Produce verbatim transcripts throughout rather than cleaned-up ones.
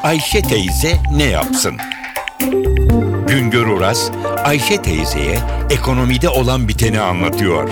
Ayşe teyze ne yapsın? Güngör Oras, Ayşe teyzeye ekonomide olan biteni anlatıyor.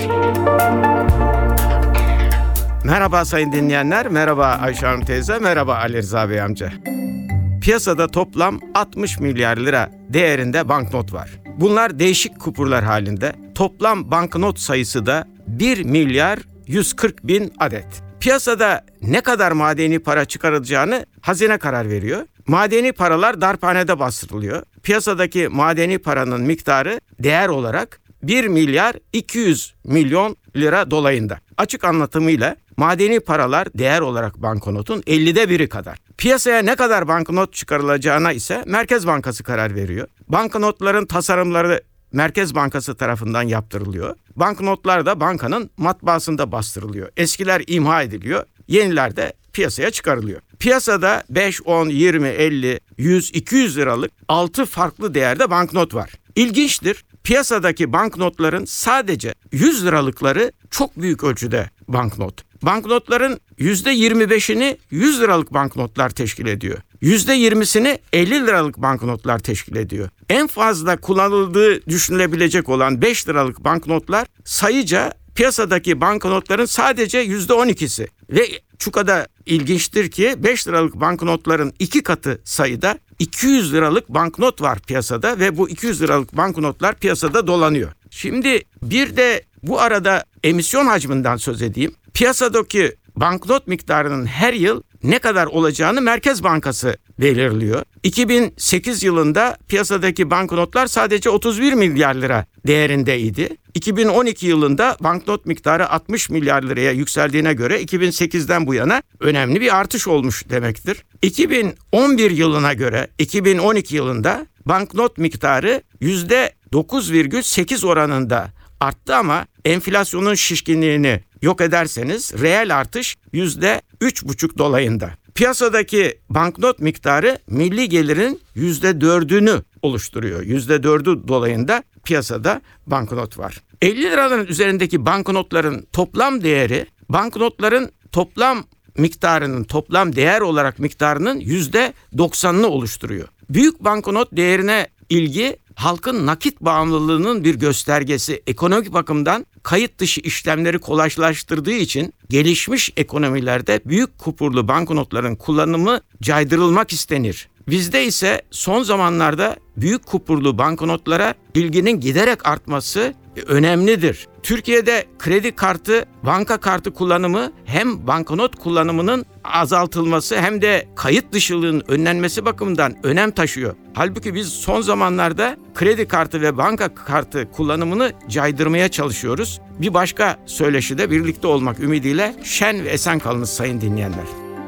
Merhaba sayın dinleyenler, merhaba Ayşe Hanım teyze, merhaba Ali Rıza Bey amca. Piyasada toplam altmış milyar lira değerinde banknot var. Bunlar değişik kupurlar halinde. Toplam banknot sayısı da bir milyar yüz kırk bin adet. Piyasada ne kadar madeni para çıkarılacağını hazine karar veriyor. Madeni paralar darphanede bastırılıyor. Piyasadaki madeni paranın miktarı değer olarak bir milyar iki yüz milyon lira dolayında. Açık anlatımıyla madeni paralar değer olarak banknotun ellide biri kadar. Piyasaya ne kadar banknot çıkarılacağına ise Merkez Bankası karar veriyor. Banknotların tasarımları Merkez Bankası tarafından yaptırılıyor. Banknotlar da bankanın matbaasında bastırılıyor. Eskiler imha ediliyor, yeniler de piyasaya çıkarılıyor. Piyasada beş, on, yirmi, elli, yüz, iki yüz liralık altı farklı değerde banknot var. İlginçtir, piyasadaki banknotların sadece yüz liralıkları çok büyük ölçüde banknot. Banknotların yüzde yirmi beşini yüz liralık banknotlar teşkil ediyor. yüzde yirmisini elli liralık banknotlar teşkil ediyor. En fazla kullanıldığı düşünülebilecek olan beş liralık banknotlar sayıca piyasadaki banknotların sadece yüzde on ikisi. Ve şu kadar ilginçtir ki beş liralık banknotların iki katı sayıda iki yüz liralık banknot var piyasada ve bu iki yüz liralık banknotlar piyasada dolanıyor. Şimdi bir de bu arada emisyon hacminden söz edeyim. Piyasadaki banknot miktarının her yıl ne kadar olacağını Merkez Bankası belirliyor. iki bin sekiz yılında piyasadaki banknotlar sadece otuz bir milyar lira değerindeydi. iki bin on iki yılında banknot miktarı altmış milyar liraya yükseldiğine göre iki bin sekizden bu yana önemli bir artış olmuş demektir. iki bin on bir yılına göre iki bin on iki yılında banknot miktarı yüzde dokuz virgül sekiz oranında arttı ama enflasyonun şişkinliğini yok ederseniz reel artış yüzde üç buçuk dolayında. Piyasadaki banknot miktarı milli gelirin yüzde dördünü oluşturuyor. yüzde dördü dolayında piyasada banknot var. elli liraların üzerindeki banknotların toplam değeri banknotların toplam miktarının, toplam değer olarak miktarının yüzde doksanını oluşturuyor. Büyük banknot değerine ilgi halkın nakit bağımlılığının bir göstergesi. Ekonomik bakımdan kayıt dışı işlemleri kolaylaştırdığı için gelişmiş ekonomilerde büyük kupurlu banknotların kullanımı caydırılmak istenir. Bizde ise son zamanlarda büyük kupurlu banknotlara ilginin giderek artması önemlidir. Türkiye'de kredi kartı, banka kartı kullanımı hem banknot kullanımının azaltılması hem de kayıt dışılığının önlenmesi bakımından önem taşıyor. Halbuki biz son zamanlarda kredi kartı ve banka kartı kullanımını caydırmaya çalışıyoruz. Bir başka söyleşide birlikte olmak ümidiyle şen ve esen kalınız sayın dinleyenler.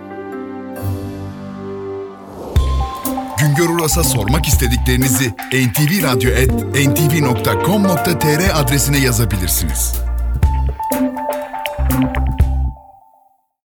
Güngör Oras'a sormak istediklerinizi en ti vi radyo et en ti vi nokta com nokta tr adresine yazabilirsiniz.